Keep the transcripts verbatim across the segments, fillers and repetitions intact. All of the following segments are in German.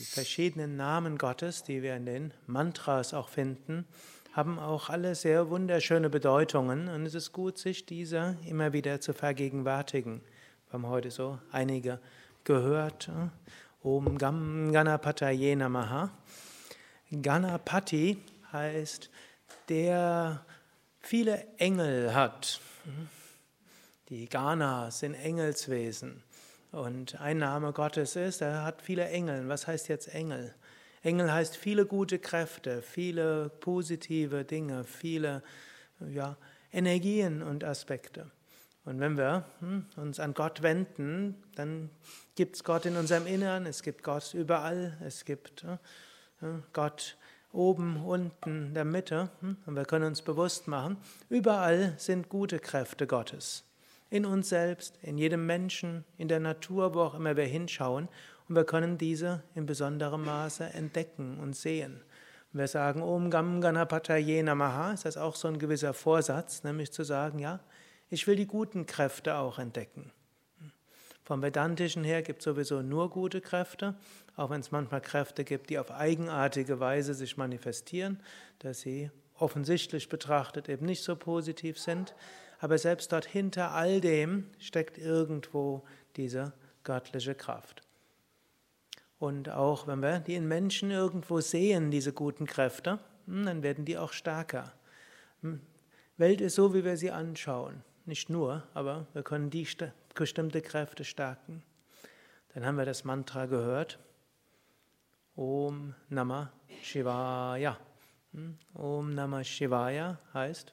verschiedenen Namen Gottes, die wir in den Mantras auch finden, haben auch alle sehr wunderschöne Bedeutungen und es ist gut, sich diese immer wieder zu vergegenwärtigen. Wir haben heute so einige gehört. Om Gam Ganapataye Namaha. Ganapati heißt, der viele Engel hat. Die Ganas sind Engelswesen. Und ein Name Gottes ist, er hat viele Engel. Was heißt jetzt Engel? Engel heißt viele gute Kräfte, viele positive Dinge, viele ja, Energien und Aspekte. Und wenn wir hm, uns an Gott wenden, dann gibt es Gott in unserem Innern, es gibt Gott überall, es gibt äh, Gott oben, unten, in der Mitte. Hm, und wir können uns bewusst machen, überall sind gute Kräfte Gottes. In uns selbst, in jedem Menschen, in der Natur, wo auch immer wir hinschauen. Und wir können diese in besonderem Maße entdecken und sehen. Und wir sagen, Om Gam Ganapataye Namaha, ist das auch so ein gewisser Vorsatz, nämlich zu sagen, ja, ich will die guten Kräfte auch entdecken. Vom Vedantischen her gibt es sowieso nur gute Kräfte, auch wenn es manchmal Kräfte gibt, die auf eigenartige Weise sich manifestieren, dass sie offensichtlich betrachtet eben nicht so positiv sind. Aber selbst dort hinter all dem steckt irgendwo diese göttliche Kraft. Und auch wenn wir die in Menschen irgendwo sehen, diese guten Kräfte, dann werden die auch stärker. Welt ist so, wie wir sie anschauen. Nicht nur, aber wir können die bestimmte Kräfte stärken. Dann haben wir das Mantra gehört. Om Namah Shivaya. Om Namah Shivaya heißt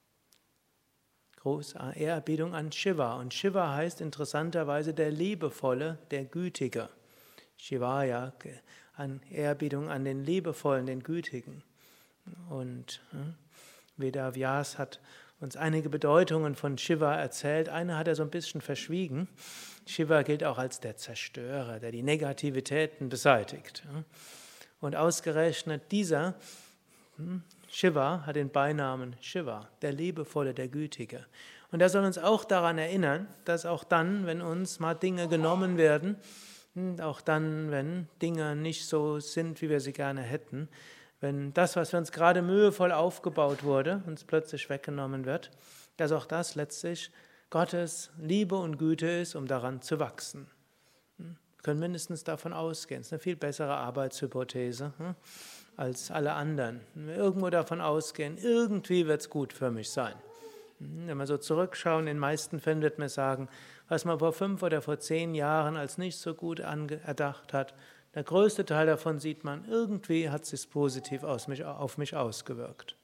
große Ehrerbietung an Shiva. Und Shiva heißt interessanterweise der Liebevolle, der Gütige. Shivaya, an Ehrerbietung an den Liebevollen, den Gütigen. Und hm, Vedavyas hat uns einige Bedeutungen von Shiva erzählt. Eine hat er so ein bisschen verschwiegen. Shiva gilt auch als der Zerstörer, der die Negativitäten beseitigt. Und ausgerechnet dieser hm, Shiva hat den Beinamen Shiva, der Liebevolle, der Gütige. Und er soll uns auch daran erinnern, dass auch dann, wenn uns mal Dinge genommen werden, auch dann, wenn Dinge nicht so sind, wie wir sie gerne hätten, wenn das, was für uns gerade mühevoll aufgebaut wurde, uns plötzlich weggenommen wird, dass auch das letztlich Gottes Liebe und Güte ist, um daran zu wachsen. Wir können mindestens davon ausgehen. Das ist eine viel bessere Arbeitshypothese als alle anderen. Wenn wir irgendwo davon ausgehen, irgendwie wird es gut für mich sein. Wenn wir so zurückschauen, in den meisten Fällen wird man sagen, was man vor fünf oder vor zehn Jahren als nicht so gut erdacht hat, der größte Teil davon sieht man, irgendwie hat es sich positiv auf mich, auf mich ausgewirkt.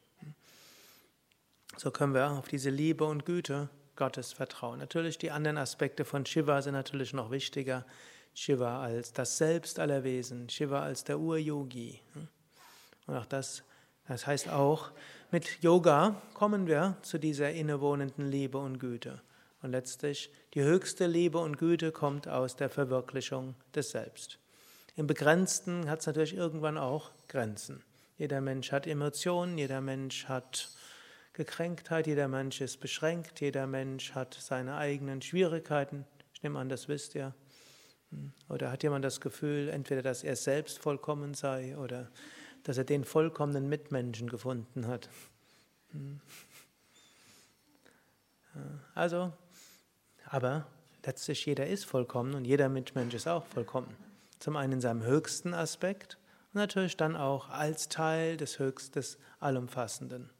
So können wir auf diese Liebe und Güte Gottes vertrauen. Natürlich die anderen Aspekte von Shiva sind natürlich noch wichtiger. Shiva als das Selbst aller Wesen, Shiva als der Ur-Yogi. Und auch das, das heißt auch, mit Yoga kommen wir zu dieser innewohnenden Liebe und Güte. Und letztlich, die höchste Liebe und Güte kommt aus der Verwirklichung des Selbst. Im Begrenzten hat es natürlich irgendwann auch Grenzen. Jeder Mensch hat Emotionen, jeder Mensch hat Gekränktheit, jeder Mensch ist beschränkt, jeder Mensch hat seine eigenen Schwierigkeiten. Ich nehme an, das wisst ihr. Oder hat jemand das Gefühl, entweder, dass er selbst vollkommen sei oder dass er den vollkommenen Mitmenschen gefunden hat. Also, aber letztlich jeder ist vollkommen und jeder Mitmensch ist auch vollkommen. Zum einen in seinem höchsten Aspekt und natürlich dann auch als Teil des Höchstes Allumfassenden.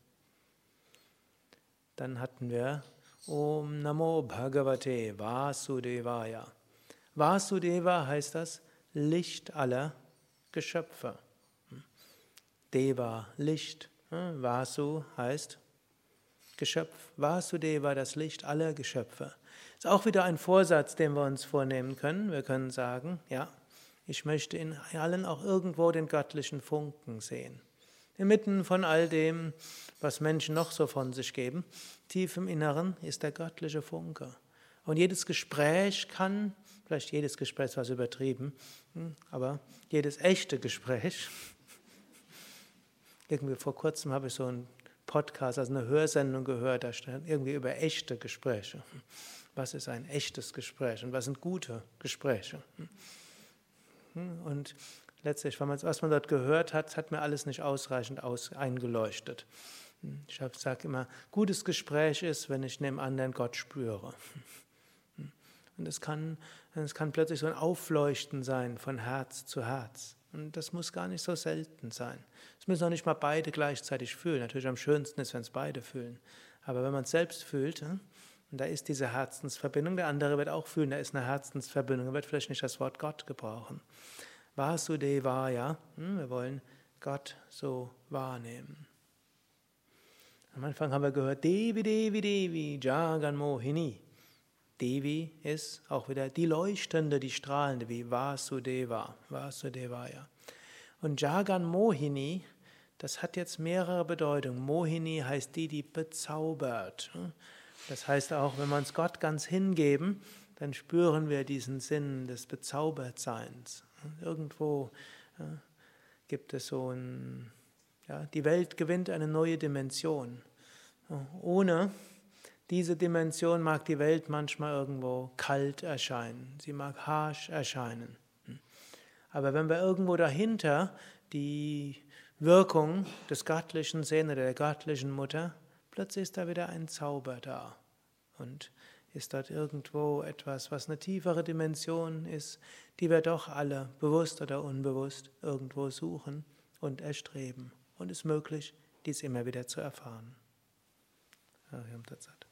Dann hatten wir Om Namo Bhagavate Vasudevaya. Vasudeva heißt das Licht aller Geschöpfe. Deva, Licht. Vasu heißt Geschöpf. Vasudeva, das Licht aller Geschöpfe. Ist auch wieder ein Vorsatz, den wir uns vornehmen können. Wir können sagen, ja, ich möchte in allen auch irgendwo den göttlichen Funken sehen. Inmitten von all dem, was Menschen noch so von sich geben, tief im Inneren ist der göttliche Funke. Und jedes Gespräch kann, vielleicht jedes Gespräch ist was übertrieben, aber jedes echte Gespräch, irgendwie vor kurzem habe ich so einen Podcast, also eine Hörsendung gehört, da stand irgendwie über echte Gespräche. Was ist ein echtes Gespräch und was sind gute Gespräche? Und letztlich, was man dort gehört hat, hat mir alles nicht ausreichend aus, eingeleuchtet. Ich sage immer, gutes Gespräch ist, wenn ich neben anderen Gott spüre. Und es kann, es kann plötzlich so ein Aufleuchten sein von Herz zu Herz. Und das muss gar nicht so selten sein. Es müssen auch nicht mal beide gleichzeitig fühlen. Natürlich am schönsten ist, wenn es beide fühlen. Aber wenn man es selbst fühlt, und da ist diese Herzensverbindung, der andere wird auch fühlen, da ist eine Herzensverbindung, er wird vielleicht nicht das Wort Gott gebrauchen. Vasudevaya, wir wollen Gott so wahrnehmen. Am Anfang haben wir gehört, Devi, Devi, Devi, Jagan Mohini. Devi ist auch wieder die Leuchtende, die Strahlende, wie Vasudeva, Vasudevaya. Und Jagan Mohini, das hat jetzt mehrere Bedeutungen. Mohini heißt die, die bezaubert. Das heißt auch, wenn wir uns Gott ganz hingeben, dann spüren wir diesen Sinn des Bezaubertseins. Irgendwo ja, gibt es so ein, ja, die Welt gewinnt eine neue Dimension. Ohne diese Dimension mag die Welt manchmal irgendwo kalt erscheinen, sie mag harsch erscheinen. Aber wenn wir irgendwo dahinter die Wirkung des Göttlichen sehen oder der göttlichen Mutter, plötzlich ist da wieder ein Zauber da. Und ist dort irgendwo etwas, was eine tiefere Dimension ist, die wir doch alle, bewusst oder unbewusst, irgendwo suchen und erstreben. Und es ist möglich, dies immer wieder zu erfahren. Ariam Tat Sat.